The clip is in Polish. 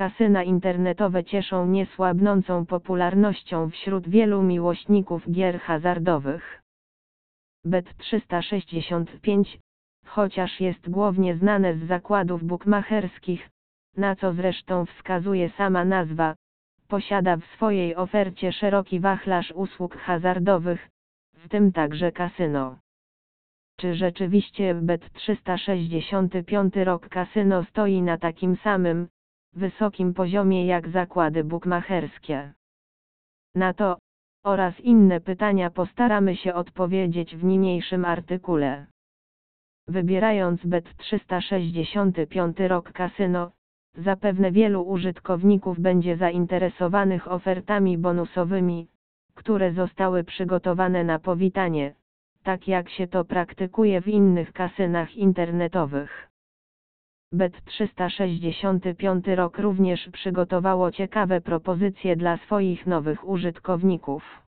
kasyna internetowe cieszą niesłabnącą popularnością wśród wielu miłośników gier hazardowych. Bet365, chociaż jest głównie znane z zakładów bukmacherskich, na co zresztą wskazuje sama nazwa, posiada w swojej ofercie szeroki wachlarz usług hazardowych, w tym także kasyno. Czy rzeczywiście Bet365 Rock Casino stoi na takim samym, wysokim poziomie jak zakłady bukmacherskie? Na to oraz inne pytania postaramy się odpowiedzieć w niniejszym artykule. Wybierając Bet365 Rock Casino, zapewne wielu użytkowników będzie zainteresowanych ofertami bonusowymi, które zostały przygotowane na powitanie, tak jak się to praktykuje w innych kasynach internetowych. Bet365 Rock również przygotowało ciekawe propozycje dla swoich nowych użytkowników.